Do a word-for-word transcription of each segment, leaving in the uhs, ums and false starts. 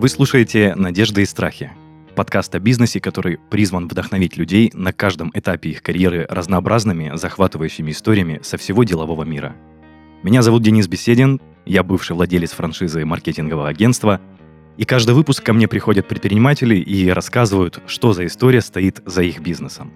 Вы слушаете «Надежды и страхи» — подкаст о бизнесе, который призван вдохновить людей на каждом этапе их карьеры разнообразными, захватывающими историями со всего делового мира. Меня зовут Денис Беседин, я бывший владелец франшизы маркетингового агентства, и каждый выпуск ко мне приходят предприниматели и рассказывают, что за история стоит за их бизнесом.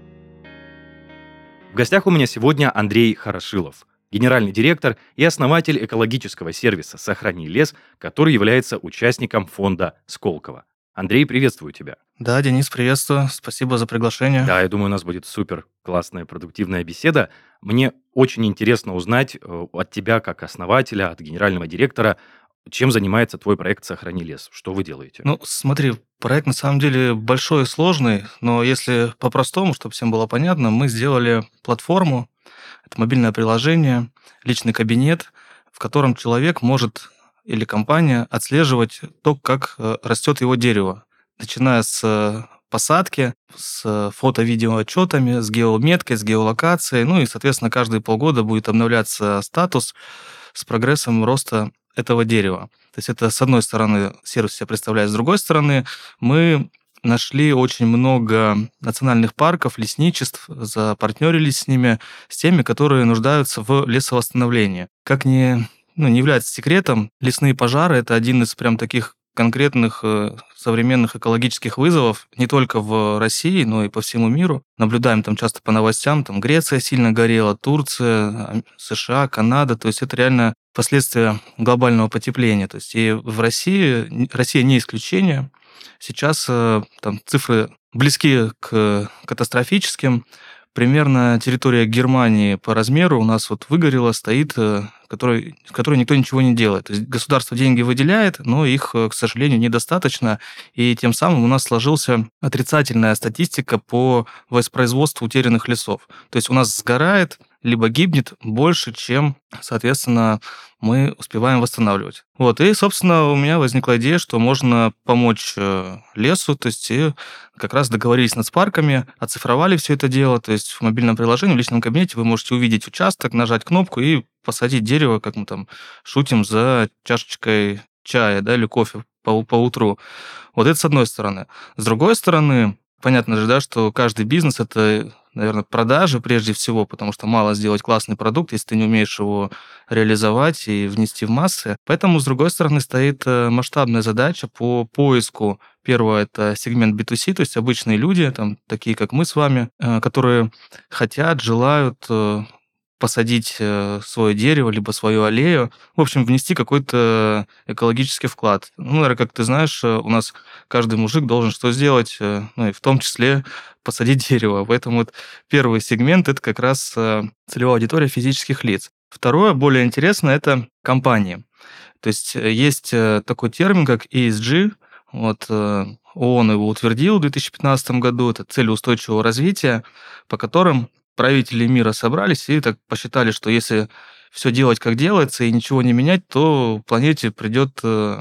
В гостях у меня сегодня Андрей Хорошилов, генеральный директор и основатель экологического сервиса «Сохрани лес», который является участником фонда Сколково. Андрей, приветствую тебя. Да, Денис, приветствую. Спасибо за приглашение. Да, я думаю, у нас будет супер классная, продуктивная беседа. Мне очень интересно узнать э, от тебя, как основателя, от генерального директора, чем занимается твой проект «Сохрани лес». Что вы делаете? Ну, смотри, проект на самом деле большой и сложный, но если по-простому, чтобы всем было понятно, мы сделали платформу, это мобильное приложение, личный кабинет, в котором человек может или компания отслеживать то, как э, растет его дерево, начиная с э, посадки, с фото-видео-отчетами, с геометкой, с геолокацией, ну и, соответственно, каждые полгода будет обновляться статус с прогрессом роста этого дерева. То есть это, с одной стороны, сервис себя представляет, с другой стороны, мы нашли очень много национальных парков, лесничеств, запартнерились с ними, с теми, которые нуждаются в лесовосстановлении. Как ни, ну, не является секретом, лесные пожары – это один из прям таких конкретных э, современных экологических вызовов не только в России, но и по всему миру. Наблюдаем там часто по новостям, там Греция сильно горела, Турция, США, Канада. То есть это реально последствия глобального потепления. То есть и в России, Россия не исключение. Сейчас э, там цифры близки к катастрофическим. Примерно территория Германии по размеру у нас вот выгорела, стоит, которой, в которой никто ничего не делает. То есть государство деньги выделяет, но их, к сожалению, недостаточно. И тем самым у нас сложилась отрицательная статистика по воспроизводству утерянных лесов. То есть у нас сгорает либо гибнет больше, чем, соответственно, мы успеваем восстанавливать. Вот, и, собственно, у меня возникла идея, что можно помочь лесу, то есть и как раз договорились над парками, оцифровали все это дело, то есть в мобильном приложении, в личном кабинете вы можете увидеть участок, нажать кнопку и посадить дерево, как мы там шутим, за чашечкой чая, да, или кофе по, по утру. Вот это с одной стороны. С другой стороны, понятно же, да, что каждый бизнес – это, наверное, продажи прежде всего, потому что мало сделать классный продукт, если ты не умеешь его реализовать и внести в массы. Поэтому, с другой стороны, стоит масштабная задача по поиску. Первое – это сегмент би ту си, то есть обычные люди, там, такие как мы с вами, которые хотят, желают посадить свое дерево, либо свою аллею, в общем, внести какой-то экологический вклад. Ну, наверное, как ты знаешь, у нас каждый мужик должен что сделать, ну, и в том числе посадить дерево. Поэтому вот первый сегмент – это как раз целевая аудитория физических лиц. Второе, более интересное, это компании. То есть есть такой термин, как и эс джи, вот ООН его утвердил в две тысячи пятнадцатом году, это цели устойчивого развития, по которым правители мира собрались и так посчитали, что если все делать, как делается, и ничего не менять, то планете придет...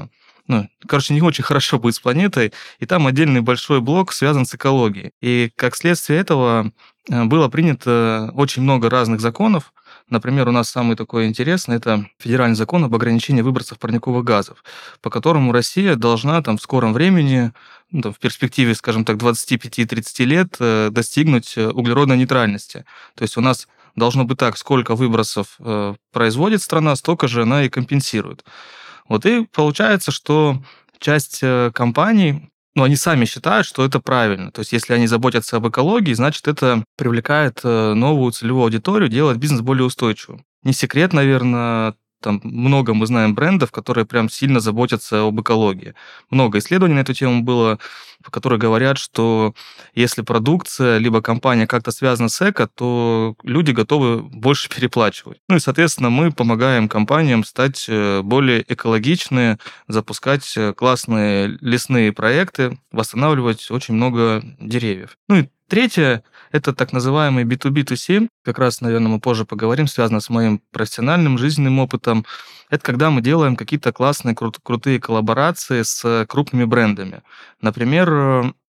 Ну, короче, не очень хорошо будет с планетой, и там отдельный большой блок связан с экологией. И как следствие этого было принято очень много разных законов. Например, у нас самый такой интересный – это федеральный закон об ограничении выбросов парниковых газов, по которому Россия должна там в скором времени, ну, там, в перспективе, скажем так, двадцать пять - тридцать лет достигнуть углеродной нейтральности. То есть у нас должно быть так, сколько выбросов производит страна, столько же она и компенсирует. Вот и получается, что часть компаний, ну, они сами считают, что это правильно. То есть если они заботятся об экологии, значит, это привлекает новую целевую аудиторию, делает бизнес более устойчивым. Не секрет, наверное, там много мы знаем брендов, которые прям сильно заботятся об экологии. Много исследований на эту тему было, которые говорят, что если продукция либо компания как-то связана с эко, то люди готовы больше переплачивать. Ну и, соответственно, мы помогаем компаниям стать более экологичными, запускать классные лесные проекты, восстанавливать очень много деревьев. Ну и третье – это так называемый би ту би ту си. Как раз, наверное, мы позже поговорим, связано с моим профессиональным жизненным опытом. Это когда мы делаем какие-то классные, крут- крутые коллаборации с крупными брендами. Например,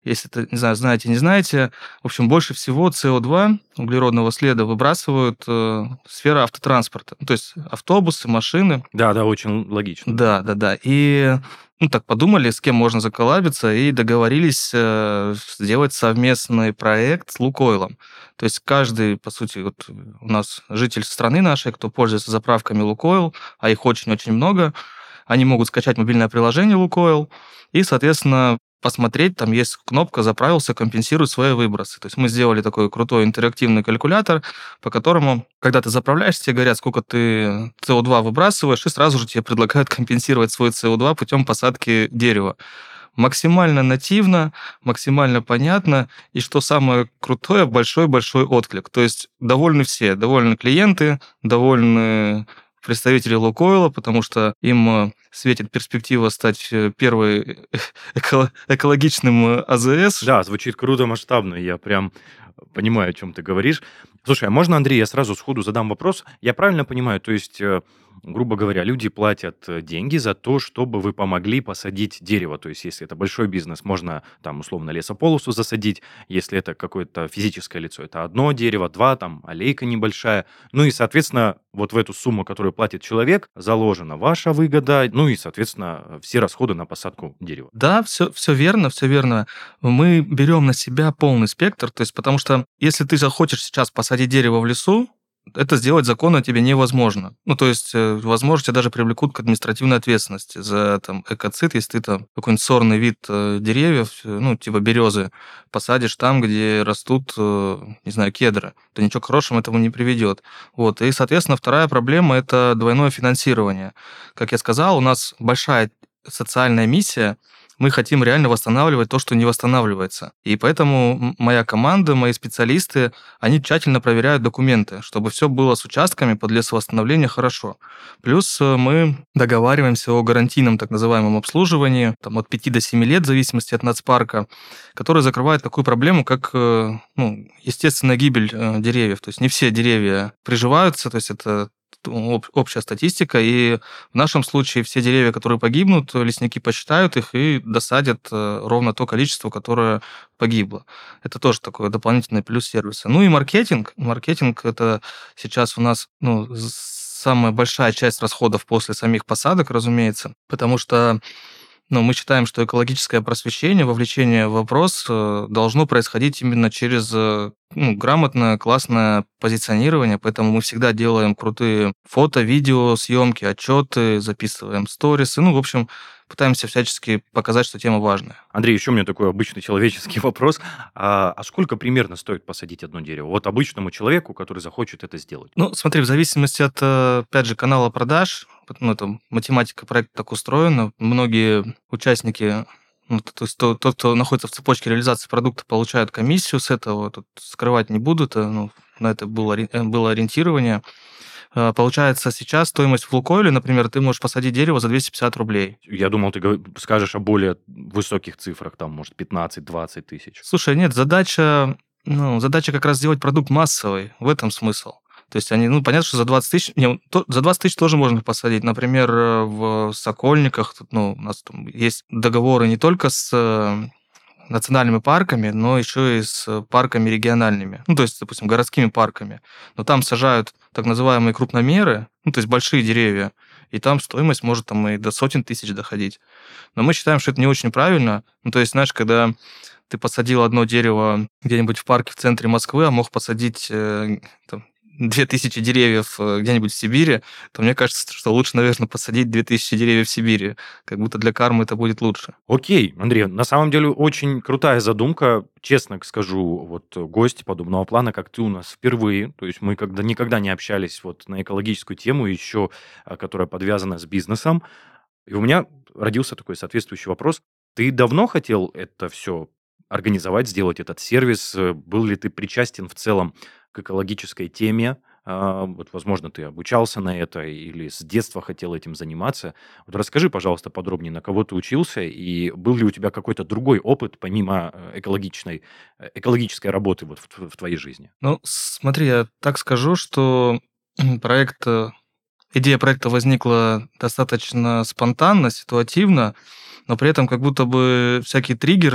Если это, не знаю, знаете, не знаете, в общем, больше всего си о два, углеродного следа, выбрасывают э, сфера автотранспорта. Ну, то есть автобусы, машины. Да, да, очень логично. Да, да, да. И ну, так подумали, с кем можно заколлабиться, и договорились э, сделать совместный проект с Лукойлом. То есть каждый, по сути, вот у нас житель страны нашей, кто пользуется заправками Лукойл, а их очень-очень много, они могут скачать мобильное приложение Лукойл и, соответственно, посмотреть, там есть кнопка «Заправился, компенсируй свои выбросы». То есть мы сделали такой крутой интерактивный калькулятор, по которому, когда ты заправляешься, тебе говорят, сколько ты си о два выбрасываешь, и сразу же тебе предлагают компенсировать свой си о два путем посадки дерева. Максимально нативно, максимально понятно, и что самое крутое, большой-большой отклик. То есть довольны все, довольны клиенты, довольны представители Лукойла, потому что им светит перспектива стать первой эко- экологичным АЗС. Да, звучит круто, масштабно. Я прям понимаю, о чем ты говоришь. Слушай, а можно, Андрей, я сразу сходу задам вопрос? Я правильно понимаю, то есть, э, грубо говоря, люди платят э, деньги за то, чтобы вы помогли посадить дерево. То есть, если это большой бизнес, можно там условно лесополосу засадить. Если это какое-то физическое лицо, это одно дерево, два, там аллейка небольшая. Ну и, соответственно, вот в эту сумму, которую платит человек, заложена ваша выгода, ну и, соответственно, все расходы на посадку дерева. Да, все, все верно, все верно. Мы берем на себя полный спектр, то есть потому что если ты захочешь сейчас посадить дерево в лесу, это сделать законно тебе невозможно. Ну, то есть, э, возможно, тебя даже привлекут к административной ответственности за там, экоцид, если ты там какой-нибудь сорный вид э, деревьев, э, ну, типа березы, посадишь там, где растут, э, не знаю, кедры, то ничего к хорошему этому не приведет. Вот. И, соответственно, вторая проблема – это двойное финансирование. Как я сказал, у нас большая социальная миссия. Мы хотим реально восстанавливать то, что не восстанавливается. И поэтому м- моя команда, мои специалисты, они тщательно проверяют документы, чтобы все было с участками под лесовосстановление хорошо. Плюс э, мы договариваемся о гарантийном так называемом обслуживании, там, от пяти до семи лет, в зависимости от нацпарка, который закрывает такую проблему, как э, ну, естественная гибель э, деревьев. То есть не все деревья приживаются, то есть это об- общая статистика, и в нашем случае все деревья, которые погибнут, лесники посчитают их и досадят э, ровно то количество, которое погибло. Это тоже такой дополнительный плюс сервиса. Ну и маркетинг. Маркетинг – это сейчас у нас ну, з- самая большая часть расходов после самих посадок, разумеется, потому что но мы считаем, что экологическое просвещение, вовлечение в вопрос э, должно происходить именно через э, ну, грамотное, классное позиционирование, поэтому мы всегда делаем крутые фото, видео, съемки, отчеты, записываем сторисы, ну, в общем, пытаемся всячески показать, что тема важная. Андрей, еще у меня такой обычный человеческий вопрос. А, а сколько примерно стоит посадить одно дерево? Вот обычному человеку, который захочет это сделать. Ну, смотри, в зависимости от, э, опять же, канала продаж, ну, там, математика проекта так устроена, многие участники, ну, т- то есть то- тот, кто находится в цепочке реализации продукта, получают комиссию с этого, тут скрывать не буду, это, ну, на это было, ори- э, было ориентирование. Э, Получается, сейчас стоимость в Лукойле, например, ты можешь посадить дерево за двести пятьдесят рублей. Я думал, ты говор- скажешь о более высоких цифрах, там, может, пятнадцать-двадцать тысяч. Слушай, нет, задача, ну, задача как раз сделать продукт массовый, в этом смысл. То есть они, ну, понятно, что за двадцать тысяч, не, то- за двадцать тысяч тоже можно посадить. Например, э, в Сокольниках, тут, ну, у нас там есть договоры не только с э, национальными парками, но еще и с парками региональными. Ну, то есть, допустим, городскими парками. Но там сажают так называемые крупномеры, ну, то есть большие деревья, и там стоимость может там и до сотен тысяч доходить. Но мы считаем, что это не очень правильно. Ну, то есть, знаешь, когда ты посадил одно дерево где-нибудь в парке в центре Москвы, а мог посадить э, там, две тысячи деревьев э, где-нибудь в Сибири, то мне кажется, что лучше, наверное, посадить две тысячи деревьев в Сибири. Как будто для кармы это будет лучше. Окей, Андрей, на самом деле очень крутая задумка. Честно скажу, вот гость подобного плана, как ты у нас впервые. То есть мы когда, никогда не общались вот на экологическую тему еще, а, которая подвязана с бизнесом. И у меня родился такой соответствующий вопрос. Ты давно хотел это все организовать, сделать этот сервис? Э, Был ли ты причастен в целом к экологической теме? А, Вот, возможно, ты обучался на это или с детства хотел этим заниматься. Вот расскажи, пожалуйста, подробнее, на кого ты учился и был ли у тебя какой-то другой опыт помимо э, экологичной, э, экологической работы вот в, тв- в твоей жизни? Ну, смотри, я так скажу, что проект, э, идея проекта возникла достаточно спонтанно, ситуативно, но при этом как будто бы всякие триггеры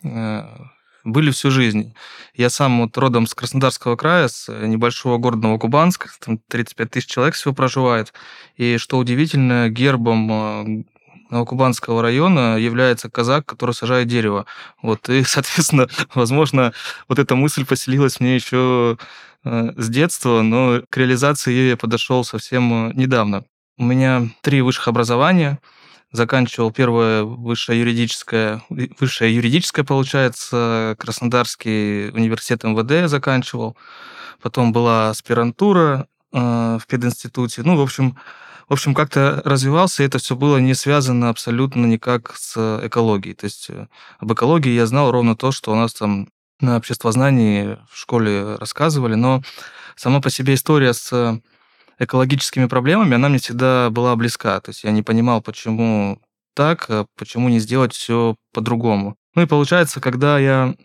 были всю жизнь. Я сам вот родом с Краснодарского края, с небольшого города Новокубанск, там тридцать пять тысяч человек всего проживает. И что удивительно, гербом Новокубанского района является казак, который сажает дерево. Вот, и, соответственно, возможно, вот эта мысль поселилась мне еще с детства, но к реализации ее я подошел совсем недавно. У меня три высших образования. Заканчивал первое высшее юридическое, высшее юридическое, получается, Краснодарский университет эм вэ дэ заканчивал. Потом была аспирантура э, в пединституте. Ну, в общем, в общем, как-то развивался, и это все было не связано абсолютно никак с экологией. То есть об экологии я знал ровно то, что у нас там на обществознании в школе рассказывали, но сама по себе история с экологическими проблемами, она мне всегда была близка. То есть я не понимал, почему так, почему не сделать все по-другому. Ну и получается, когда я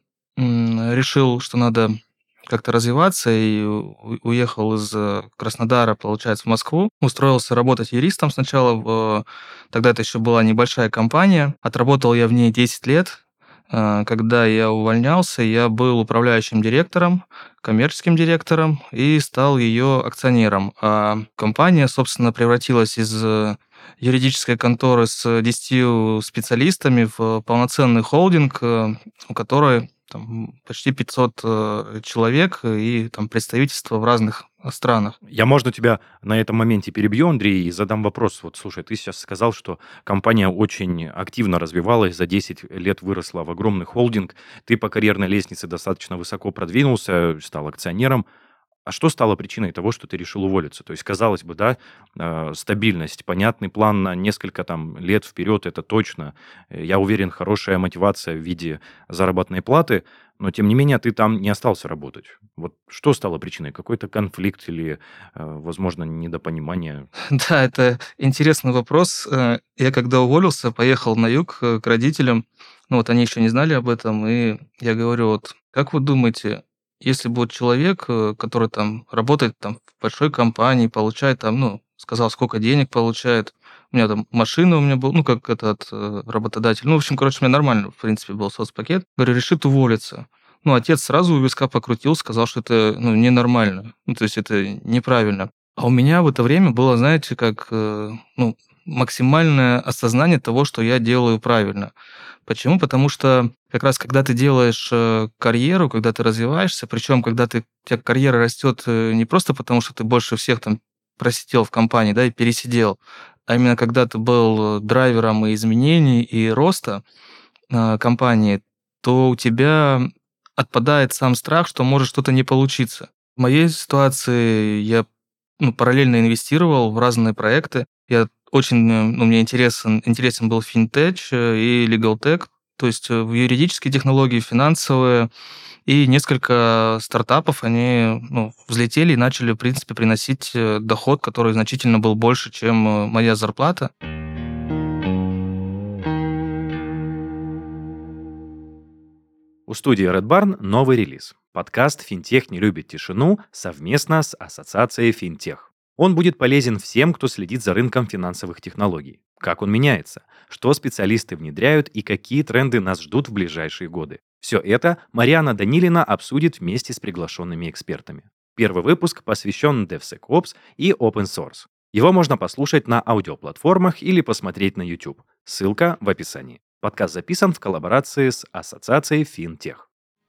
решил, что надо как-то развиваться, и уехал из Краснодара, получается, в Москву, устроился работать юристом сначала. В... Тогда это еще была небольшая компания. Отработал я в ней десять лет. Когда я увольнялся, я был управляющим директором, коммерческим директором и стал ее акционером. А компания, собственно, превратилась из юридической конторы с десятью специалистами в полноценный холдинг, у которой там почти пятьсот человек и там представительства в разных странах. Я, можно, тебя на этом моменте перебью, Андрей, и задам вопрос. Вот, слушай, ты сейчас сказал, что компания очень активно развивалась, за десять лет выросла в огромный холдинг, ты по карьерной лестнице достаточно высоко продвинулся, стал акционером. А что стало причиной того, что ты решил уволиться? То есть, казалось бы, да, э, стабильность, понятный план на несколько там лет вперед, это точно. Я уверен, хорошая мотивация в виде заработной платы, но, тем не менее, ты там не остался работать. Вот что стало причиной? Какой-то конфликт или, э, возможно, недопонимание? Да, это интересный вопрос. Я когда уволился, поехал на юг к родителям. Ну вот они еще не знали об этом, и я говорю, вот как вы думаете, если бы вот человек, который там работает там в большой компании, получает там, ну, сказал, сколько денег получает, у меня там машина у меня была, ну, как этот э, работодатель. Ну, в общем, короче, у меня нормально, в принципе, был соцпакет. Говорю, решит уволиться. Ну, отец сразу у виска покрутил, сказал, что это, ну, ненормально. Ну, то есть это неправильно. А у меня в это время было, знаете, как, э, ну, максимальное осознание того, что я делаю правильно. Почему? Потому что как раз когда ты делаешь э, карьеру, когда ты развиваешься, причем когда ты, у тебя карьера растет э, не просто потому, что ты больше всех там просидел в компании, да, и пересидел, а именно когда ты был драйвером и изменений, и роста э, компании, то у тебя отпадает сам страх, что может что-то не получиться. В моей ситуации я ну, параллельно инвестировал в разные проекты. Я очень, э, ну, мне интересен, интересен был финтеч э, и legal tech, то есть э, в юридические технологии, финансовые, и несколько стартапов, они ну, взлетели и начали, в принципе, приносить э, доход, который значительно был больше, чем э, моя зарплата. У студии Red Barn новый релиз. Подкаст «Финтех не любит тишину» совместно с Ассоциацией Финтех. Он будет полезен всем, кто следит за рынком финансовых технологий. Как он меняется, что специалисты внедряют и какие тренды нас ждут в ближайшие годы. Все это Марьяна Данилина обсудит вместе с приглашенными экспертами. Первый выпуск посвящен DevSecOps и Open Source. Его можно послушать на аудиоплатформах или посмотреть на YouTube. Ссылка в описании. Подкаст записан в коллаборации с Ассоциацией Финтех.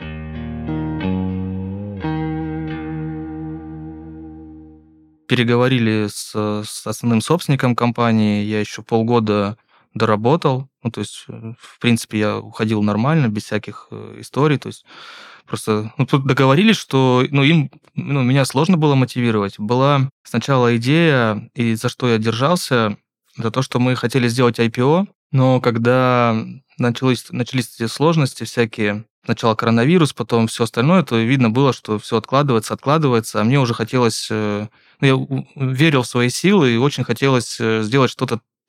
Переговорили с, с основным собственником компании, я еще полгода доработал, ну, то есть, в принципе, я уходил нормально, без всяких историй, то есть, просто ну, тут договорились, что ну, им, ну, меня сложно было мотивировать. Была сначала идея, и за что я держался, за то, что мы хотели сделать ай пи о, но когда начались, начались эти сложности всякие, сначала коронавирус, потом все остальное, то видно было, что все откладывается, откладывается, а мне уже хотелось... Ну, я верил в свои силы и очень хотелось сделать что-то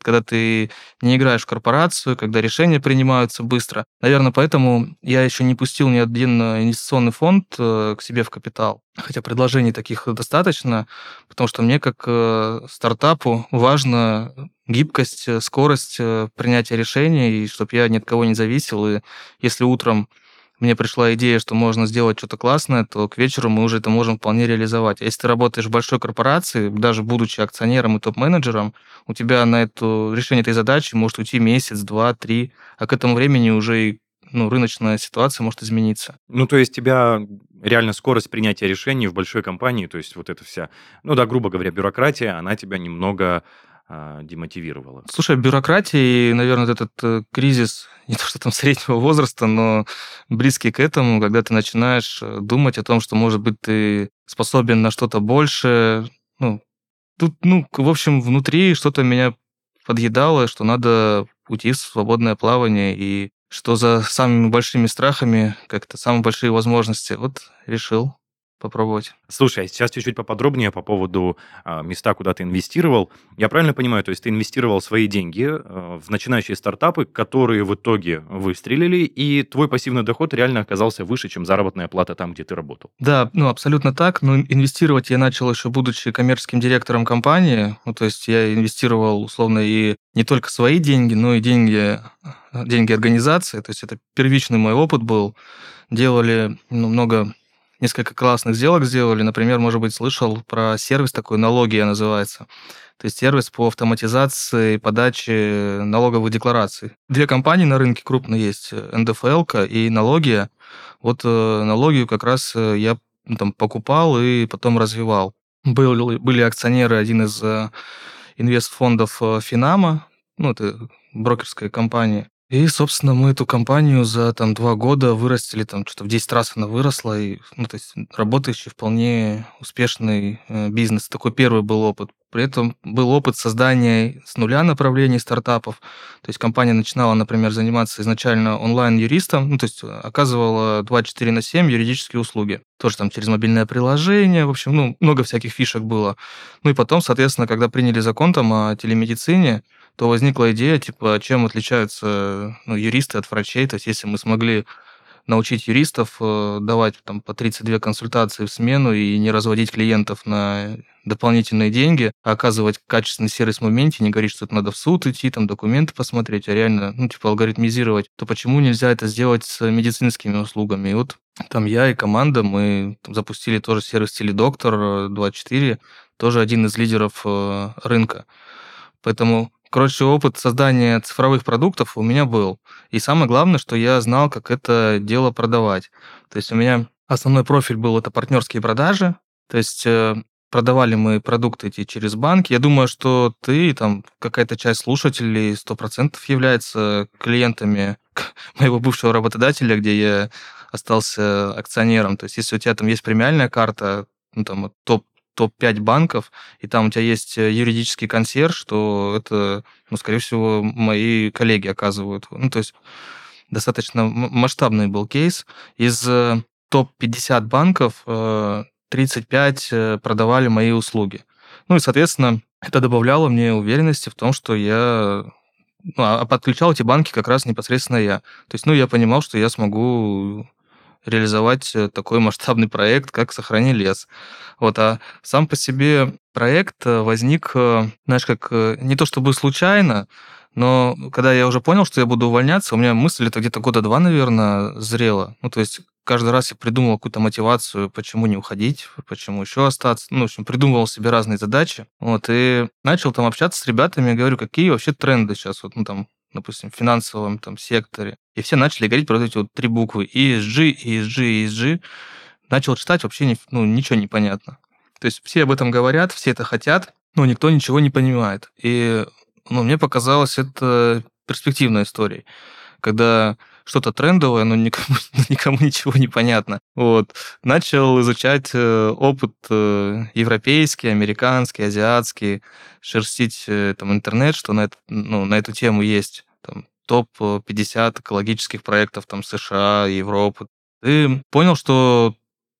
когда ты не играешь в корпорацию, когда решения принимаются быстро. Наверное, поэтому я еще не пустил ни один инвестиционный фонд э, к себе в капитал. Хотя предложений таких достаточно, потому что мне как э, стартапу важно гибкость, э, скорость э, принятия решений, и чтобы я ни от кого не зависел. И если утром мне пришла идея, что можно сделать что-то классное, то к вечеру мы уже это можем вполне реализовать. А если ты работаешь в большой корпорации, даже будучи акционером и топ-менеджером, у тебя на это решение этой задачи может уйти месяц, два, три, а к этому времени уже и ну, рыночная ситуация может измениться. Ну, то есть тебя реально скорость принятия решений в большой компании, то есть вот эта вся, ну да, грубо говоря, бюрократия, она тебя немного а, демотивировала. Слушай, бюрократия и, наверное, вот этот э, кризис, не то что там среднего возраста, но близкий к этому, когда ты начинаешь э, думать о том, что, может быть, ты способен на что-то большее. Ну, тут, ну, к- в общем, внутри что-то меня подъедало, что надо уйти в свободное плавание, и что за самыми большими страхами, как-то самые большие возможности. Вот решил попробовать. Слушай, а сейчас чуть-чуть поподробнее по поводу а, места, куда ты инвестировал. Я правильно понимаю, то есть ты инвестировал свои деньги а, в начинающие стартапы, которые в итоге выстрелили, и твой пассивный доход реально оказался выше, чем заработная плата там, где ты работал. Да, ну, абсолютно так. Но инвестировать я начал еще будучи коммерческим директором компании. Ну, то есть я инвестировал, условно, и не только свои деньги, но и деньги, э, деньги организации. То есть это первичный мой опыт был. Делали ну, много, несколько классных сделок сделали. Например, может быть, слышал про сервис такой, Налогия называется. То есть сервис по автоматизации подачи налоговых деклараций. Две компании на рынке крупные есть, э, эн дэ эф эл и Налогия. Вот э, налогию как раз э, я ну, там покупал и потом развивал. Был, были акционеры, один из э, инвестфондов э, Финама, ну, это брокерская компания. И, собственно, мы эту компанию за там два года вырастили, там что-то в десять раз она выросла, и, ну, то есть работающий вполне успешный э, бизнес. Такой первый был опыт. При этом был опыт создания с нуля направлений стартапов. То есть компания начинала, например, заниматься изначально онлайн-юристом, ну, то есть э, оказывала двадцать четыре на семь юридические услуги. Тоже там через мобильное приложение, в общем, ну, много всяких фишек было. Ну и потом, соответственно, когда приняли закон там о телемедицине, то возникла идея, типа, чем отличаются ну, юристы от врачей. То есть если мы смогли научить юристов э, давать там по тридцать две консультации в смену и не разводить клиентов на дополнительные деньги, а оказывать качественный сервис в моменте, не говорить, что это надо в суд идти, там документы посмотреть, а реально, ну, типа, алгоритмизировать, то почему нельзя это сделать с медицинскими услугами? И вот там я и команда, мы там запустили тоже сервис Теледоктор э, двадцать четыре, тоже один из лидеров э, рынка. Поэтому, короче, опыт создания цифровых продуктов у меня был. И самое главное, что я знал, как это дело продавать. То есть у меня основной профиль был это партнерские продажи. То есть э, продавали мы продукты эти через банки. Я думаю, что ты, и там какая-то часть слушателей сто процентов является клиентами моего бывшего работодателя, где я остался акционером. То есть если у тебя там есть премиальная карта, ну, там вот топ топ пять банков, и там у тебя есть э, юридический консьерж, то это, ну, скорее всего, мои коллеги оказывают. Ну, то есть достаточно м- масштабный был кейс. Из э, топ пятьдесят банков э, тридцать пять э, продавали мои услуги. Ну и, соответственно, это добавляло мне уверенности в том, что я ну, а а подключал эти банки как раз непосредственно я. То есть, ну, я понимал, что я смогу реализовать э, такой масштабный проект, как «Сохрани лес». Вот, а сам по себе проект э, возник, э, знаешь, как э, не то чтобы случайно, но когда я уже понял, что я буду увольняться, у меня мысль это где-то года два, наверное, зрела. Ну, то есть каждый раз я придумывал какую-то мотивацию, почему не уходить, почему еще остаться. Ну, в общем, придумывал себе разные задачи. Вот, и начал там общаться с ребятами, говорю, какие вообще тренды сейчас, вот, ну, там, допустим, в финансовом там секторе. И все начали говорить про вот эти вот три буквы и эс джи, и эс джи, и эс джи. Начал читать, вообще не, ну, ничего не понятно. То есть все об этом говорят, все это хотят, но никто ничего не понимает. И ну, мне показалось это перспективной историей, когда что-то трендовое, но никому, никому ничего не понятно. Вот. Начал изучать э, опыт э, европейский, американский, азиатский, шерстить э, там интернет, что на, это, ну, на эту тему есть там, топ пятьдесят экологических проектов там, США, Европы. И понял, что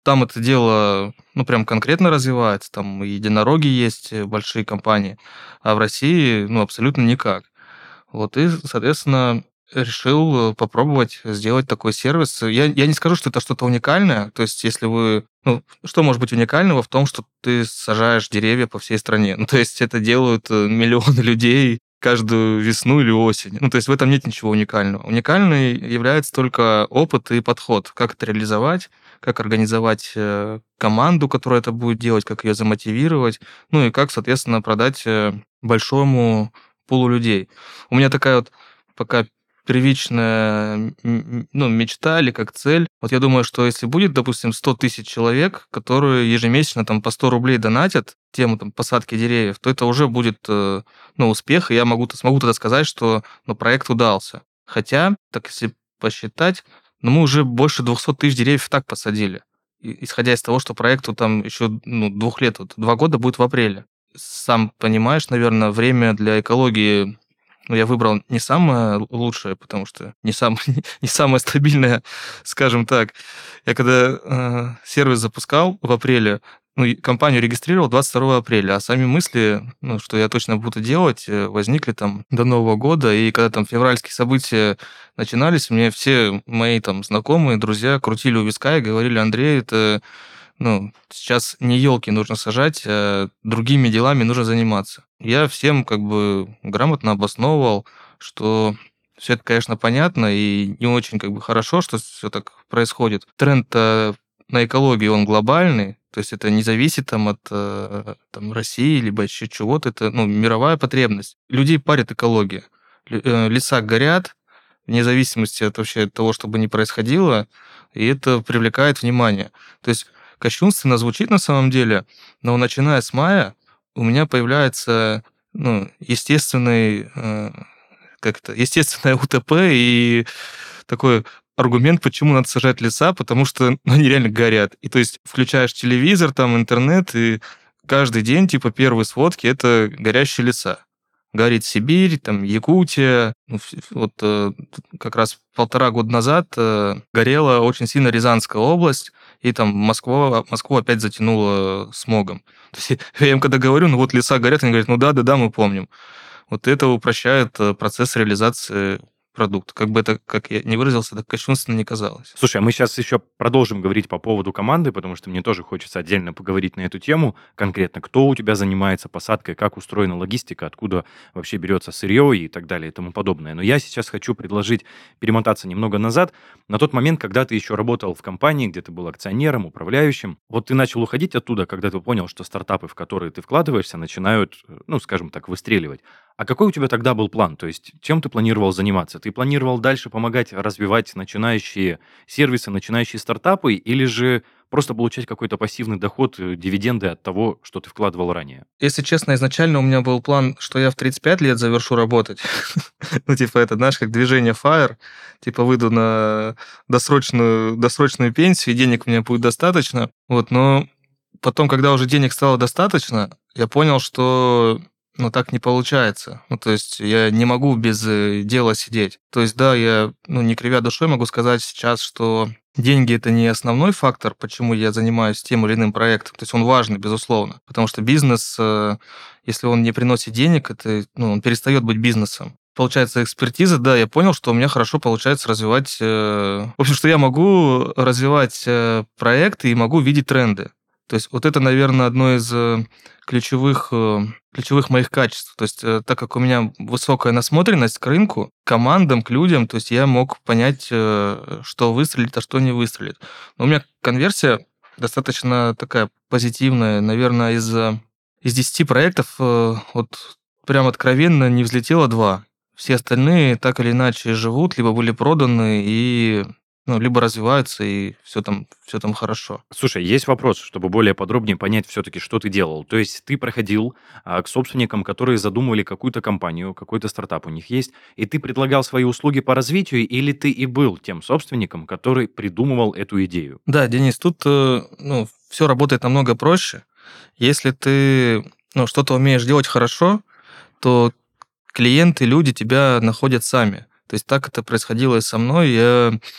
там это дело, ну, прям конкретно развивается, там и единороги есть, э, большие компании, а в России, ну, абсолютно никак. Вот и, соответственно, решил э, попробовать сделать такой сервис. Я, я не скажу, что это что-то уникальное. То есть, если вы... Ну, что может быть уникального в том, что ты сажаешь деревья по всей стране? Ну, то есть, это делают э, миллионы людей каждую весну или осень. Ну, то есть, в этом нет ничего уникального. Уникальный является только опыт и подход. Как это реализовать, как организовать э, команду, которая это будет делать, как ее замотивировать, ну и как, соответственно, продать э, большому пулу людей. У меня такая вот пока первичная м, м, ну, мечта или как цель. Вот я думаю, что если будет, допустим, сто тысяч человек, которые ежемесячно там по сто рублей донатят тему там, посадки деревьев, то это уже будет э, ну, успех, и я могу, смогу тогда сказать, что ну, проект удался. Хотя, так если посчитать, ну, мы уже больше двухсот тысяч деревьев и так посадили. И- Исходя из того, что проекту там еще ну, двух лет, вот, два года будет в апреле. Сам понимаешь, наверное, время для экологии, ну, я выбрал не самое лучшее, потому что не, сам, не самое стабильное, скажем так. Я когда э, сервис запускал в апреле, ну, и компанию регистрировал двадцать второго апреля, а сами мысли, ну, что я точно буду делать, э, возникли там до Нового года, и когда там февральские события начинались, мне все мои там знакомые, друзья крутили у виска и говорили: Андрей, это ну, сейчас не елки нужно сажать, а другими делами нужно заниматься. Я всем как бы грамотно обосновывал, что все это, конечно, понятно и не очень как бы хорошо, что все так происходит. Тренд на экологию, он глобальный, то есть это не зависит там от э, там, России, либо еще чего-то, это ну, мировая потребность. Людей парит экология. Лю- э, Леса горят, вне зависимости от вообще того, что бы ни происходило, и это привлекает внимание. То есть кощунственно звучит на самом деле, но начиная с мая у меня появляется ну, естественный, э, как-то, естественное УТП и такой аргумент, почему надо сажать леса, потому что ну, они реально горят. И то есть включаешь телевизор, там интернет, и каждый день, типа, первые сводки — это горящие леса. Горит Сибирь, там, Якутия. Ну, ф- вот э, как раз полтора года назад э, горела очень сильно Рязанская область, и там Москва, Москву опять затянуло смогом. То есть я им когда говорю, ну вот леса горят, они говорят, ну да, да, да, мы помним. Вот это упрощает э, процесс реализации продукта. Как бы это, как я не выразился, так кощунственно не казалось. Слушай, а мы сейчас еще продолжим говорить по поводу команды, потому что мне тоже хочется отдельно поговорить на эту тему. Конкретно, кто у тебя занимается посадкой, как устроена логистика, откуда вообще берется сырье и так далее и тому подобное. Но я сейчас хочу предложить перемотаться немного назад, на тот момент, когда ты еще работал в компании, где ты был акционером, управляющим. Вот ты начал уходить оттуда, когда ты понял, что стартапы, в которые ты вкладываешься, начинают, э, ну, скажем так, выстреливать. А какой у тебя тогда был план? То есть чем ты планировал заниматься? Ты планировал дальше помогать развивать начинающие сервисы, начинающие стартапы, или же просто получать какой-то пассивный доход, э, дивиденды от того, что ты вкладывал ранее? Если честно, изначально у меня был план, что я в тридцать пять лет завершу работать. Ну, типа, это, знаешь, как движение фаер. Типа, выйду на досрочную, досрочную пенсию, и денег у меня будет достаточно. Вот, но потом, когда уже денег стало достаточно, я понял, что ну, так не получается. Ну, то есть я не могу без э, дела сидеть. То есть, да, я, ну, не кривя душой, могу сказать сейчас, что деньги — это не основной фактор, почему я занимаюсь тем или иным проектом. То есть он важный, безусловно. Потому что бизнес, э, если он не приносит денег, это, ну, он перестает быть бизнесом. Получается, экспертиза, да, я понял, что у меня хорошо получается развивать... э, В общем, что я могу развивать э, проекты и могу видеть тренды. То есть вот это, наверное, одно из э, ключевых, э, ключевых моих качеств. То есть э, так как у меня высокая насмотренность к рынку, к командам, к людям, то есть я мог понять, э, что выстрелит, а что не выстрелит. Но у меня конверсия достаточно такая позитивная. Наверное, из, э, из десяти проектов э, вот прям откровенно не взлетело два. Все остальные так или иначе живут, либо были проданы, и ну, либо развиваются, и все там, все там хорошо. Слушай, есть вопрос, чтобы более подробнее понять все-таки, что ты делал. То есть ты проходил а, к собственникам, которые задумывали какую-то компанию, какой-то стартап у них есть, и ты предлагал свои услуги по развитию, или ты и был тем собственником, который придумывал эту идею? Да, Денис, тут э, ну, все работает намного проще. Если ты ну, что-то умеешь делать хорошо, то клиенты, люди тебя находят сами. То есть так это происходило и со мной. Я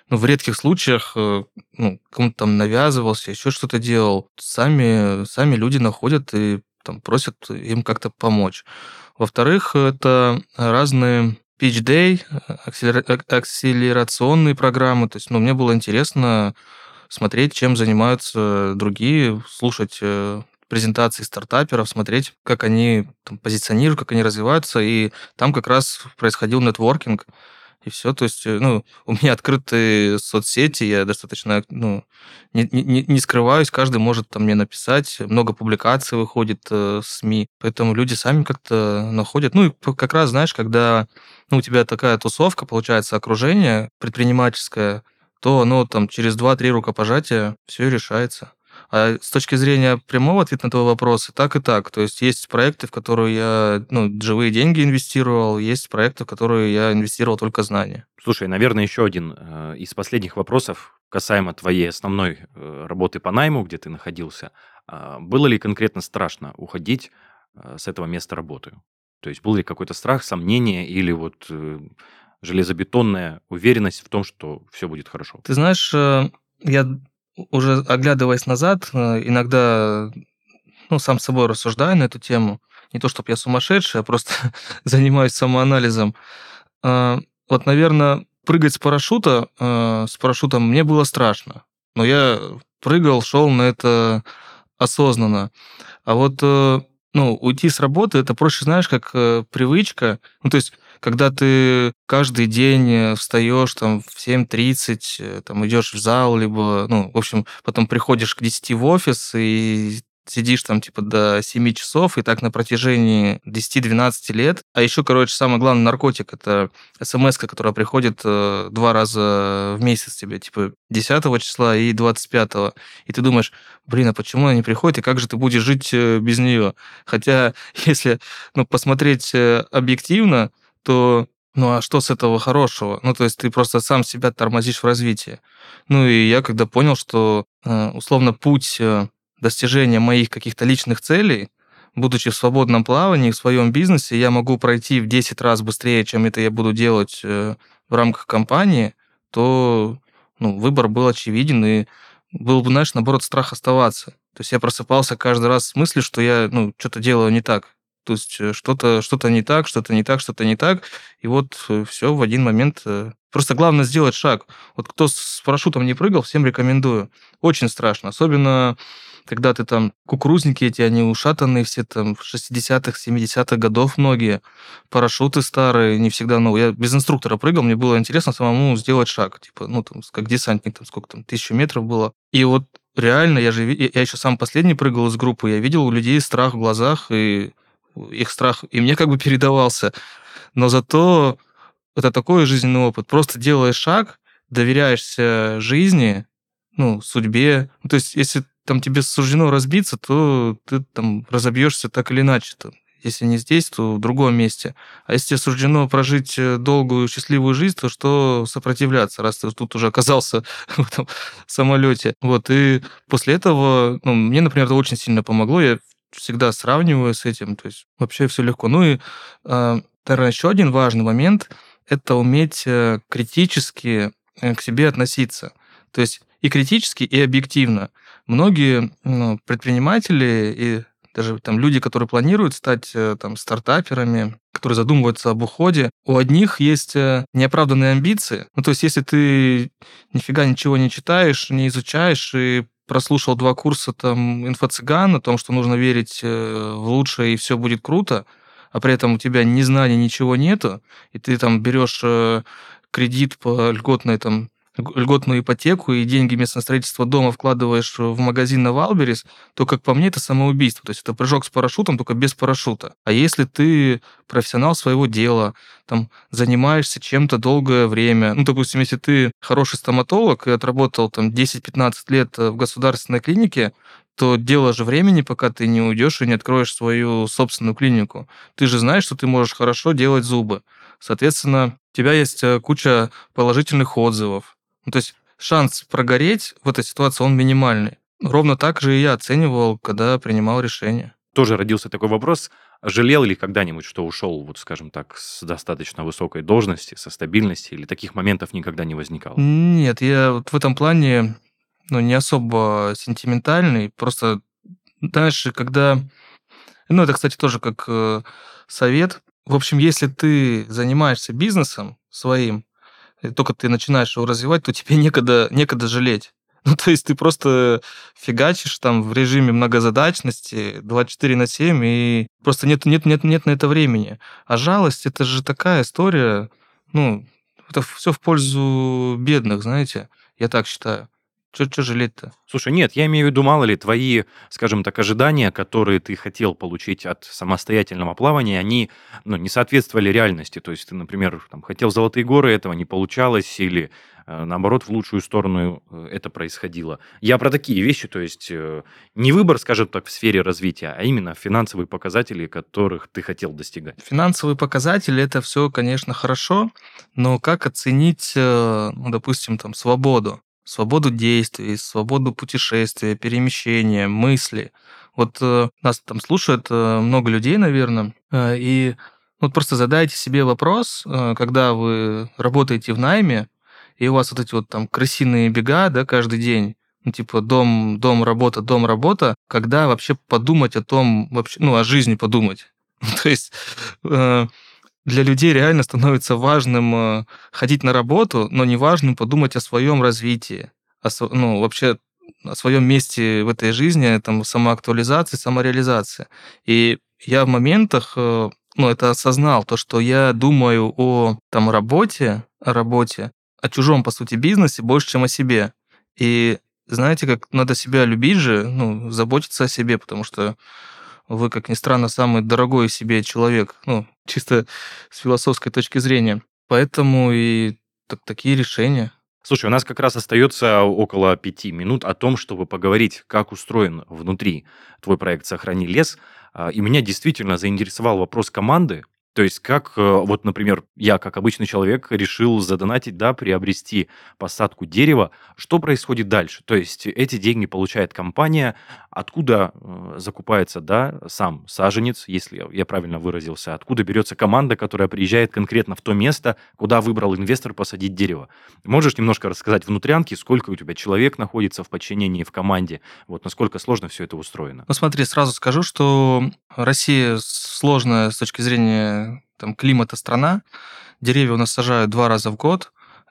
ну, в редких случаях, э, ну, кому-то там навязывался, еще что-то делал. Сами, сами люди находят и там просят им как-то помочь. Во-вторых, это разные pitch day, акселера- ак- акселерационные программы. То есть, ну, мне было интересно смотреть, чем занимаются другие, слушать э, презентации стартаперов, смотреть, как они там, позиционируют, как они развиваются. И там как раз происходил нетворкинг, и все. То есть, э, ну, у меня открытые соцсети, я достаточно, ну, не, не- не скрываюсь, каждый может там мне написать, много публикаций выходит э, в СМИ, поэтому люди сами как-то находят. Ну, и п- как раз, знаешь, когда ну, у тебя такая тусовка, получается, окружение предпринимательское, то оно там через два-три рукопожатия все решается. А с точки зрения прямого ответа на твой вопрос, и так, и так. То есть есть проекты, в которые я ну, живые деньги инвестировал, есть проекты, в которые я инвестировал только знания. Слушай, наверное, еще один э, из последних вопросов касаемо твоей основной э, работы по найму, где ты находился. А, было ли конкретно страшно уходить э, с этого места работы? То есть был ли какой-то страх, сомнение или вот э, железобетонная уверенность в том, что все будет хорошо? Ты знаешь, э, я уже оглядываясь назад, э, иногда ну, сам с собой рассуждаю на эту тему. Не то, чтобы я сумасшедший, а просто занимаюсь самоанализом. А, Вот, наверное, прыгать с парашюта, э, с парашютом мне было страшно. Но я прыгал, шел на это осознанно. А вот, э, ну, уйти с работы- это проще, знаешь, как, э, привычка. Ну, то есть, когда ты каждый день, э, встаешь там в семь тридцать, э, там идешь в зал, либо, ну, в общем, потом приходишь к десяти в офис и сидишь там типа до семи часов, и так на протяжении десяти-двенадцати лет. А еще, короче, самый главный наркотик- это смска, которая приходит, э, два раза в месяц тебе, типа десятого числа и двадцать пятого. И ты думаешь: "Блин, а почему она не приходит, и как же ты будешь жить, э, без нее?" Хотя, если, ну, посмотреть, э, объективно, то, ну, а что с этого хорошего? Ну, то есть ты просто сам себя тормозишь в развитии. Ну, и я когда понял, что, э, условно, путь, э, достижения моих каких-то личных целей, будучи в свободном плавании, в своем бизнесе, я могу пройти в десять раз быстрее, чем это я буду делать, э, в рамках компании, то, ну, выбор был очевиден, и был бы, знаешь, наоборот, страх оставаться. То есть я просыпался каждый раз с мыслью, что я, ну, что то делаю не так. То есть, э, что-то что-то не так, что-то не так, что-то не так. И вот, все в один момент, э Просто главное сделать шаг. Вот кто с парашютом не прыгал, всем рекомендую. Очень страшно. Особенно, когда ты там кукурузники эти, они ушатанные все там шестидесятых, семидесятых годов многие. Парашюты старые, не всегда новые. Я без инструктора прыгал, мне было интересно самому сделать шаг. Типа, ну, там, как десантник, там, сколько там, тысячу метров было. И вот реально, я же, ви- я еще сам последний прыгал из группы, я видел у людей страх в глазах, и их страх и мне как бы передавался. Но зато это такой жизненный опыт. Просто делаешь шаг, доверяешься жизни, ну, судьбе. Ну, то есть, если там тебе суждено разбиться, то ты там разобьешься так или иначе. Там. Если не здесь, то в другом месте. А если тебе суждено прожить э, долгую, счастливую жизнь, то что сопротивляться, раз ты тут уже оказался в этом самолете. Вот, и после этого, ну, мне, например, это очень сильно помогло. Я всегда сравниваю с этим, то есть вообще все легко. Ну и, а, наверное, еще один важный момент– это уметь э, критически э, к себе относиться. То есть и критически, и объективно. Многие ну, предприниматели и даже там люди, которые планируют стать э, там стартаперами, которые задумываются об уходе, у одних есть э, неоправданные амбиции. Ну, то есть, если ты нифига ничего не читаешь, не изучаешь и прослушал два курса там инфо-цыган о том, что нужно верить э, в лучшее и все будет круто, а при этом у тебя ни знаний, ничего нету, и ты там берешь э, кредит по льготной там ль- льготную ипотеку и деньги вместо строительства дома вкладываешь в магазин на Валберис, то, как по мне, это самоубийство. То есть это прыжок с парашютом, только без парашюта. А если ты профессионал своего дела, там, занимаешься чем-то долгое время, ну, допустим, если ты хороший стоматолог и отработал там десять-пятнадцать лет э, в государственной клинике, то дело же времени, пока ты не уйдешь и не откроешь свою собственную клинику. Ты же знаешь, что ты можешь хорошо делать зубы. Соответственно, у тебя есть э, куча положительных отзывов. Ну, то есть шанс прогореть в этой ситуации, он минимальный. Ровно так же и я оценивал, когда принимал решение. тоже родился такой вопрос, жалел ли когда-нибудь, что ушел, вот скажем так, с достаточно высокой должности, со стабильности, или таких моментов никогда не возникало? Нет, я вот в этом плане, ну, не особо сентиментальный. Просто, знаешь, когда... Ну, это, кстати, тоже как э, совет. В общем, если ты занимаешься бизнесом своим, и только ты начинаешь его развивать, то тебе некогда, некогда жалеть. Ну, то есть ты просто фигачишь там в режиме многозадачности двадцать четыре на семь, и просто нет, нет, нет, нет на это времени. А жалость– это же такая история, ну, это все в пользу бедных, знаете, я так считаю. Что жалеть-то? Слушай, нет, я имею в виду, мало ли, твои, скажем так, ожидания, которые ты хотел получить от самостоятельного плавания, они, ну, не соответствовали реальности. То есть ты, например, там, хотел золотые горы, этого не получалось, или э, наоборот, в лучшую сторону э, это происходило. Я про такие вещи, то есть э, не выбор, скажем так, в сфере развития, а именно финансовые показатели, которых ты хотел достигать. Финансовые показатели– это все, конечно, хорошо, но как оценить, э, ну, допустим, там, свободу? Свободу действий, свободу путешествия, перемещения, мысли. Вот э, нас там слушает э, много людей, наверное, э, и вот просто задайте себе вопрос, э, когда вы работаете в найме, и у вас вот эти вот там крысиные бега, да, каждый день, ну, типа дом, дом, работа, дом, работа, когда вообще подумать о том, вообще, ну, о жизни подумать. То есть э, для людей реально становится важным э, ходить на работу, но не важным подумать о своем развитии, о, св- ну, вообще о своем месте в этой жизни, там, самоактуализации, самореализации. И я в моментах, э, ну, это осознал, то, что я думаю о там работе, о работе, о чужом, по сути, бизнесе больше, чем о себе. И знаете, как надо себя любить же, ну, заботиться о себе, потому что вы, как ни странно, самый дорогой себе человек, ну, чисто с философской точки зрения. Поэтому и так, такие решения. Слушай, у нас как раз остается около пяти минут о том, чтобы поговорить, как устроен внутри твой проект «Сохрани лес». А, И меня действительно заинтересовал вопрос команды. То есть как, э, вот, например, я, как обычный человек, решил задонатить, да, приобрести посадку дерева. Что происходит дальше? То есть эти деньги получает компания, откуда э, закупается, да, сам саженец, если я я правильно выразился, откуда берется команда, которая приезжает конкретно в то место, куда выбрал инвестор посадить дерево. Можешь немножко рассказать внутрянки, сколько у тебя человек находится в подчинении, в команде, вот насколько сложно все это устроено? Ну, смотри, сразу скажу, что Россия сложная с точки зрения там, климата страна. Деревья у нас сажают два раза в год.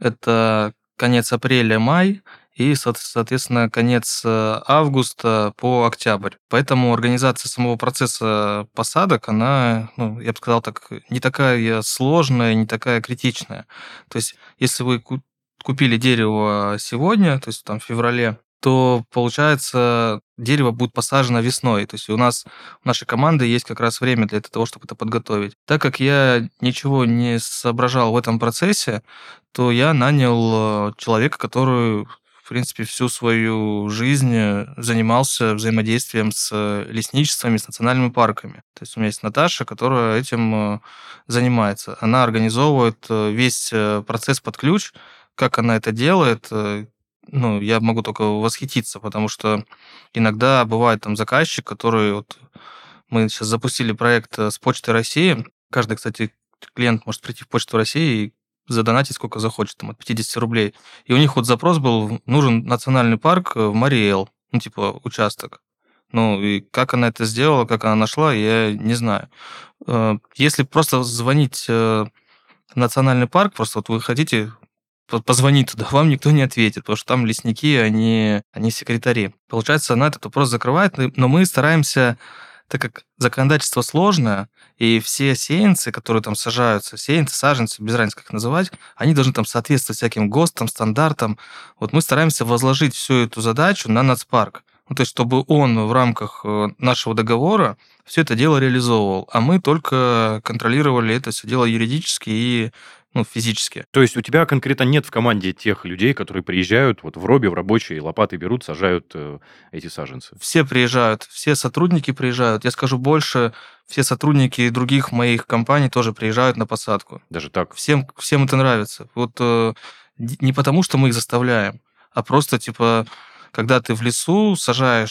Это конец апреля-май и, со- соответственно, конец э, августа по октябрь. Поэтому организация самого процесса посадок, она, ну, я бы сказал так, не такая сложная, не такая критичная. То есть, если вы ку- купили дерево сегодня, то есть там в феврале, то, получается, дерево будет посажено весной. То есть у нас, у нашей команды есть как раз время для того, чтобы это подготовить. Так как я ничего не соображал в этом процессе, то я нанял э, человека, который, в принципе, всю свою жизнь э, занимался взаимодействием с э, лесничествами, с национальными парками. То есть у меня есть Наташа, которая этим э, занимается. Она организовывает э, весь э, процесс под ключ. Как она это делает, э, ну, я могу только восхититься, потому что иногда бывает там заказчик, который вот мы сейчас запустили проект э, с Почты России. Каждый, кстати, клиент может прийти в Почту России и задонатить сколько захочет, там, от пятьдесят рублей. И у них вот запрос был, нужен национальный парк э, в Мариэл, ну, типа, участок. Ну, и как она это сделала, как она нашла, я не знаю. Э, Если просто звонить э, в национальный парк, просто вот вы хотите по- позвонить туда, вам никто не ответит, потому что там лесники, они, они секретари. Получается, она этот вопрос закрывает, но но мы стараемся, так как законодательство сложное, и все сеянцы, которые там сажаются, сеянцы, саженцы, без разницы, как их называть, они должны там соответствовать всяким ГОСТам, стандартам. Вот мы стараемся возложить всю эту задачу на нацпарк. Ну, то есть, чтобы он в рамках э, нашего договора все это дело реализовывал, а мы только контролировали это все дело юридически и, ну, физически. То есть у тебя конкретно нет в команде тех людей, которые приезжают вот в робе, в рабочие, лопаты берут, сажают э, эти саженцы? Все приезжают, все сотрудники приезжают. Я скажу больше, все сотрудники других моих компаний тоже приезжают на посадку. Даже так? Всем, всем это нравится. Вот э, не потому, что мы их заставляем, а просто, типа, когда ты в лесу сажаешь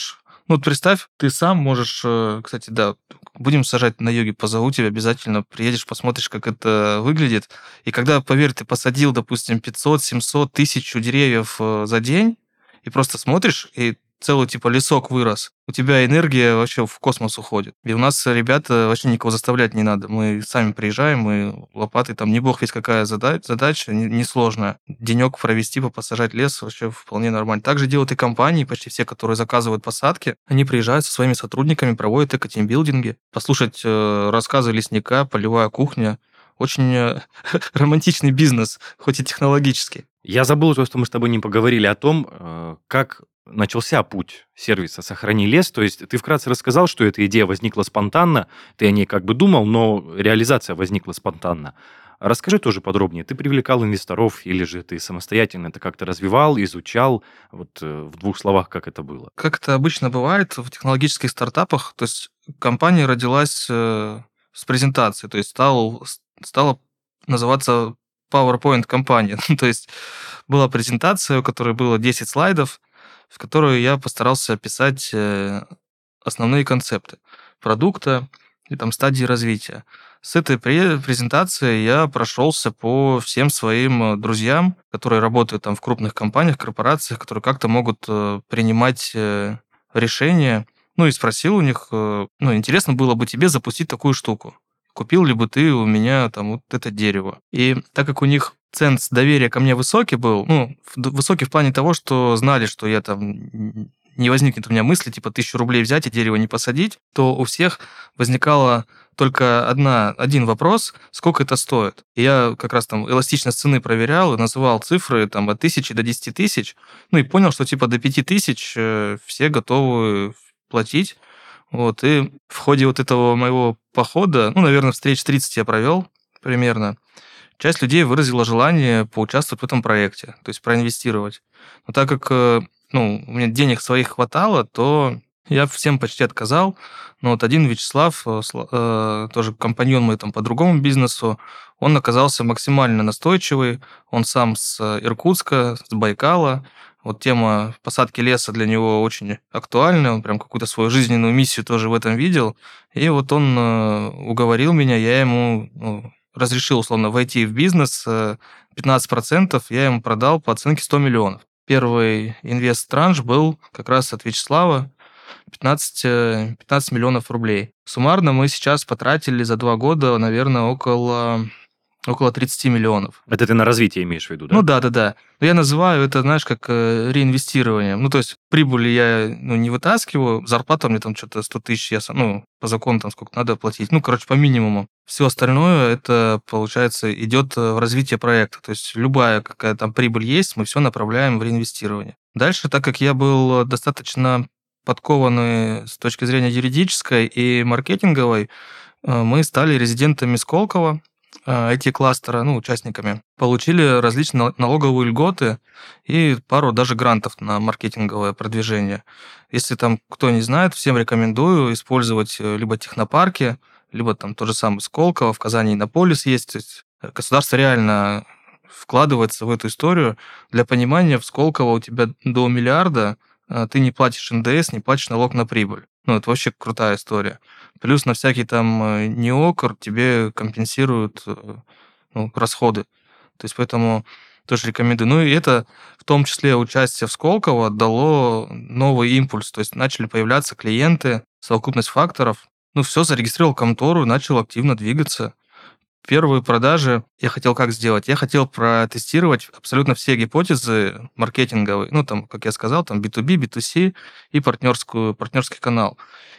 Ну, вот представь, ты сам можешь, э, кстати, да, будем сажать на йоге, позову тебя обязательно, приедешь, посмотришь, как это выглядит. И когда, поверь, ты посадил, допустим, пятьсот, семьсот, тысячу деревьев э, за день, и просто смотришь, и целый типа лесок вырос, у тебя энергия вообще в космос уходит. И у нас ребята вообще никого заставлять не надо. Мы сами приезжаем, мы лопатой, там не бог ведь какая задача, задача не- несложная. Денек провести, посажать лес вообще вполне нормально. Также делают и компании, почти все, которые заказывают посадки. Они приезжают со своими сотрудниками, проводят эко-тимбилдинги, послушать э, рассказы лесника, полевая кухня. Очень э, романтичный бизнес, хоть и технологический. Я забыл, что мы с тобой не поговорили о том, э, как начался путь сервиса «Сохрани лес». То есть ты вкратце рассказал, что эта идея возникла спонтанно, ты о ней как бы думал, но реализация возникла спонтанно. Расскажи тоже подробнее. Ты привлекал инвесторов или же ты самостоятельно это как-то развивал, изучал? Вот э, в двух словах, как это было? Как это обычно бывает в технологических стартапах, то есть компания родилась э, с презентации, то есть стал, стала называться PowerPoint компания. То есть была презентация, у которой было десять слайдов, в которой я постарался описать э, основные концепты продукта и там стадии развития. С этой пре- презентацией я прошелся по всем своим э, друзьям, которые работают там в крупных компаниях, корпорациях, которые как-то могут э, принимать э, решения. Ну и спросил у них, э, ну, интересно было бы тебе запустить такую штуку. Купил ли бы ты у меня там вот это дерево? И так как у них ценз доверия ко мне высокий был, ну, в- д- высокий в плане того, что знали, что я там н- не возникнет у меня мысли, типа, тысячу рублей взять и дерево не посадить, то у всех возникала только одна, один вопрос, сколько это стоит. И я как раз там эластичность цены проверял и называл цифры там от тысячи до десяти тысяч, ну и понял, что типа до пяти тысяч э, все готовы платить. Вот, и в ходе вот этого моего похода, ну, наверное, встреч тридцать я провел примерно, часть людей выразила желание поучаствовать в этом проекте, то есть проинвестировать. Но так как э, ну, у меня денег своих хватало, то я всем почти отказал. Но вот один Вячеслав, э, сла- э, тоже компаньон мой там по другому бизнесу, он оказался максимально настойчивый. Он сам с э, Иркутска, с Байкала. Вот тема посадки леса для него очень актуальна. Он прям какую-то свою жизненную миссию тоже в этом видел. И вот он э, уговорил меня, я ему ну, разрешил, условно, войти в бизнес, э, пятнадцать процентов я ему продал по оценке сто миллионов. Первый инвест-транш был как раз от Вячеслава, пятнадцать, э, пятнадцать миллионов рублей. Суммарно мы сейчас потратили за два года, наверное, около, около тридцать миллионов. Это ты на развитие имеешь в виду, да? Ну да, да, да. Но я называю это, знаешь, как э, реинвестирование. Ну, то есть прибыли я ну, не вытаскиваю, зарплата мне там что-то сто тысяч, я, сам- ну, по закону там сколько надо платить. Ну, короче, по минимуму. Все остальное, это, получается, идет в развитие проекта. То есть любая какая там прибыль есть, мы все направляем в реинвестирование. Дальше, так как я был достаточно подкованный с точки зрения юридической и маркетинговой, э, мы стали резидентами Сколково, э, ай ти-кластера, ну, участниками. Получили различные нал- налоговые льготы и пару даже грантов на маркетинговое продвижение. Если там кто не знает, всем рекомендую использовать э, либо технопарки, либо там тот же самый Сколково, в Казани Иннополис есть. То есть э, государство реально вкладывается в эту историю. Для понимания, в Сколково у тебя до миллиарда, а, ты не платишь эн дэ эс, не платишь налог на прибыль. Ну, это вообще крутая история. Плюс на всякий там э, неокр тебе компенсируют э, ну, расходы. То есть поэтому тоже рекомендую. Ну и это в том числе участие в Сколково дало новый импульс. То есть начали появляться клиенты, совокупность факторов. Ну, все, зарегистрировал контору, начал активно двигаться. Первые продажи я хотел как сделать? Я хотел протестировать абсолютно все гипотезы маркетинговые. Ну, там, как я сказал, там би ту би, би ту си и партнерскую, партнерский канал.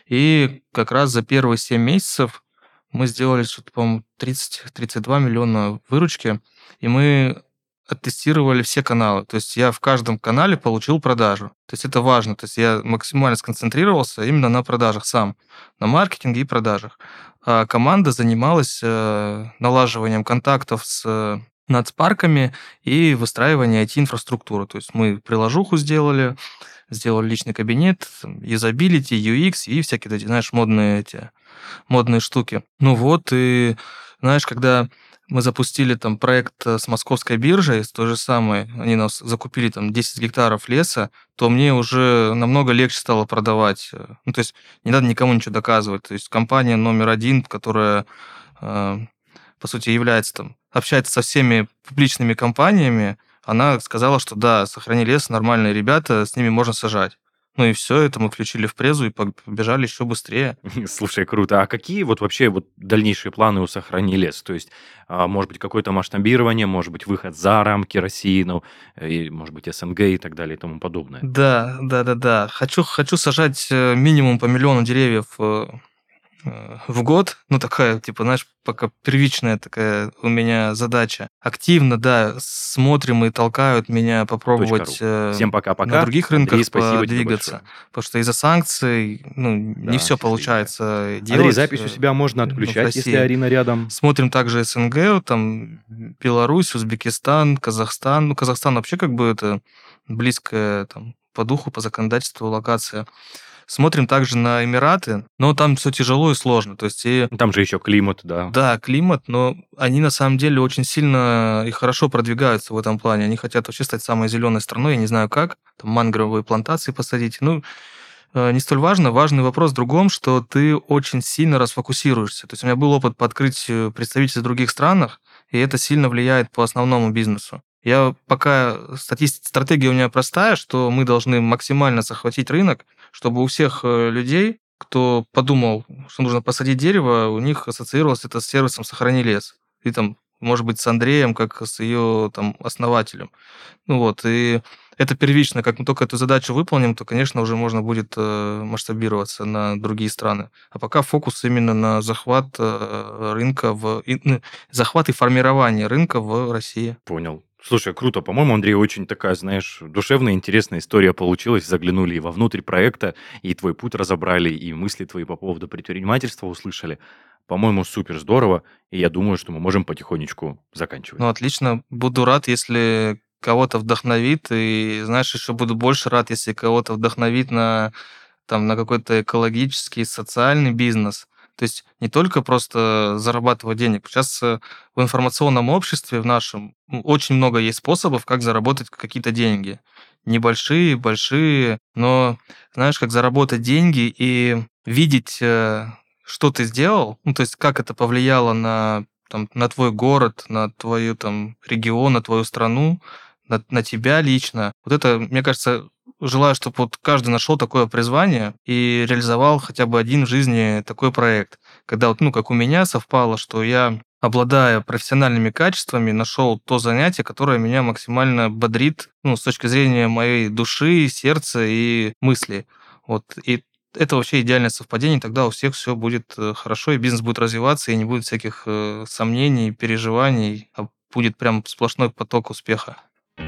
И как раз за первые семь месяцев мы сделали, что-то, по-моему, тридцать тридцать два миллиона выручки, и мы оттестировали все каналы. То есть я в каждом канале получил продажу. То есть это важно. То есть я максимально сконцентрировался именно на продажах сам, на маркетинге и продажах. А команда занималась э, налаживанием контактов с э, нацпарками и выстраиванием ай ти-инфраструктуры. То есть мы приложуху сделали, сделали личный кабинет, там, юзабилити, ю экс и всякие эти, знаешь, модные эти модные штуки. Ну вот, и знаешь, когда мы запустили там проект с московской биржей, с той же самой, они нас закупили там десять гектаров леса, то мне уже намного легче стало продавать. Ну, то есть не надо никому ничего доказывать. То есть компания номер один, которая, э, по сути, является там, общается со всеми публичными компаниями, она сказала, что да, сохрани лес, нормальные ребята, с ними можно сажать. Ну и все, это мы включили в презу и побежали еще быстрее. Слушай, круто. А какие вот вообще вот дальнейшие планы у «Сохрани лес»? То есть, а, может быть, какое-то масштабирование, может быть, выход за рамки России, ну, и, может быть, СНГ и так далее и тому подобное. Да, да, да, да. Хочу, хочу сажать э, минимум по миллиону деревьев э, э, в год. Ну, такая, типа, знаешь, пока первичная такая у меня задача. Активно, да, смотрим и толкают меня Точка ру. попробовать э, Всем на пока-пока. других Андрей, рынках спасибо тебе подвигаться. большое. Потому что из-за санкций, ну, не Да, все счастливенькая. получается Андрей, делать запись у э, себя можно ну, в отключать, если России. Арина рядом. Смотрим также СНГ, там Беларусь, Узбекистан, Казахстан. Ну, Казахстан вообще как бы это близкая там по духу, по законодательству локация. Смотрим также на Эмираты, но там все тяжело и сложно. То есть и Там же еще климат, да. да, климат, но они на самом деле очень сильно и хорошо продвигаются в этом плане. Они хотят вообще стать самой зеленой страной, я не знаю как, там мангровые плантации посадить. Ну, э, не столь важно. Важный вопрос в другом, что ты очень сильно расфокусируешься. То есть у меня был опыт по открытию представительств в других странах, и это сильно влияет по основному бизнесу. Я пока стати- стратегия у меня простая, что мы должны максимально захватить рынок, чтобы у всех э, людей, кто подумал, что нужно посадить дерево, у них ассоциировалось это с сервисом «Сохрани лес». И там, может быть, с Андреем, как с ее там основателем. Ну вот, и это первично. Как мы только эту задачу выполним, то, конечно, уже можно будет э, масштабироваться на другие страны. А пока фокус именно на захват э, рынка, в, и, ну, захват и формирование рынка в России. Понял. Слушай, круто. По-моему, Андрей, очень такая, знаешь, душевная, интересная история получилась. Заглянули и вовнутрь проекта, и твой путь разобрали, и мысли твои по поводу предпринимательства услышали. По-моему, супер здорово, и я думаю, что мы можем потихонечку заканчивать. Ну, отлично. Буду рад, если кого-то вдохновит, и, знаешь, еще буду больше рад, если кого-то вдохновит на, там, на какой-то экологический, социальный бизнес. То есть не только просто зарабатывать денег. Сейчас э, в информационном обществе, в нашем, м, очень много есть способов, как заработать какие-то деньги. Небольшие, большие, но знаешь, как заработать деньги и видеть, э, что ты сделал, ну, то есть как это повлияло на там, на твой город, на твою там регион, на твою страну, на, на тебя лично. Вот это, мне кажется, желаю, чтобы вот каждый нашел такое призвание и реализовал хотя бы один в жизни такой проект. Когда вот, ну, как у меня совпало, что я, обладая профессиональными качествами, нашел то занятие, которое меня максимально бодрит, ну, с точки зрения моей души, сердца и мысли. Вот. И это вообще идеальное совпадение, тогда у всех все будет э, хорошо, и бизнес будет развиваться, и не будет всяких э, сомнений, переживаний, а будет прям сплошной поток успеха.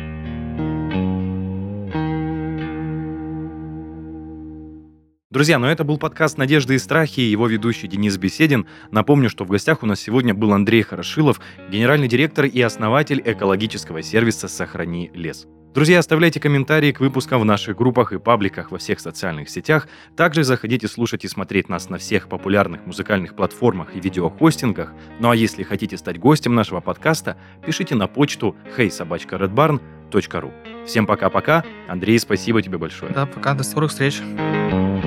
Друзья, ну это был подкаст «Надежды и страхи» и его ведущий Денис Беседин. Напомню, что в гостях у нас сегодня был Андрей Хорошилов, генеральный директор и основатель экологического сервиса «Сохрани лес». Друзья, оставляйте комментарии к выпускам в наших группах и пабликах во всех социальных сетях. Также заходите слушать и смотреть нас на всех популярных музыкальных платформах и видеохостингах. Ну а если хотите стать гостем нашего подкаста, пишите на почту хей собака ред барн точка ру. Всем пока-пока. Андрей, спасибо тебе большое. Да, пока, до скорых встреч.